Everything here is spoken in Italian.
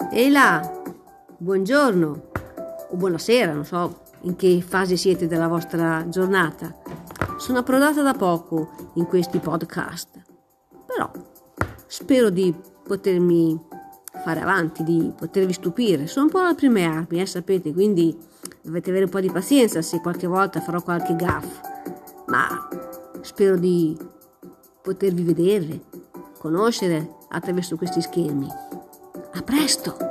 Ehi là, buongiorno o buonasera, non so in che fase siete della vostra giornata. Sono approdata da poco in questi podcast, però spero di potermi fare avanti, di potervi stupire. Sono un po' alle prime armi, sapete, quindi dovete avere un po' di pazienza se qualche volta farò qualche gaff, ma spero di potervi vedere, conoscere attraverso questi schermi. A presto!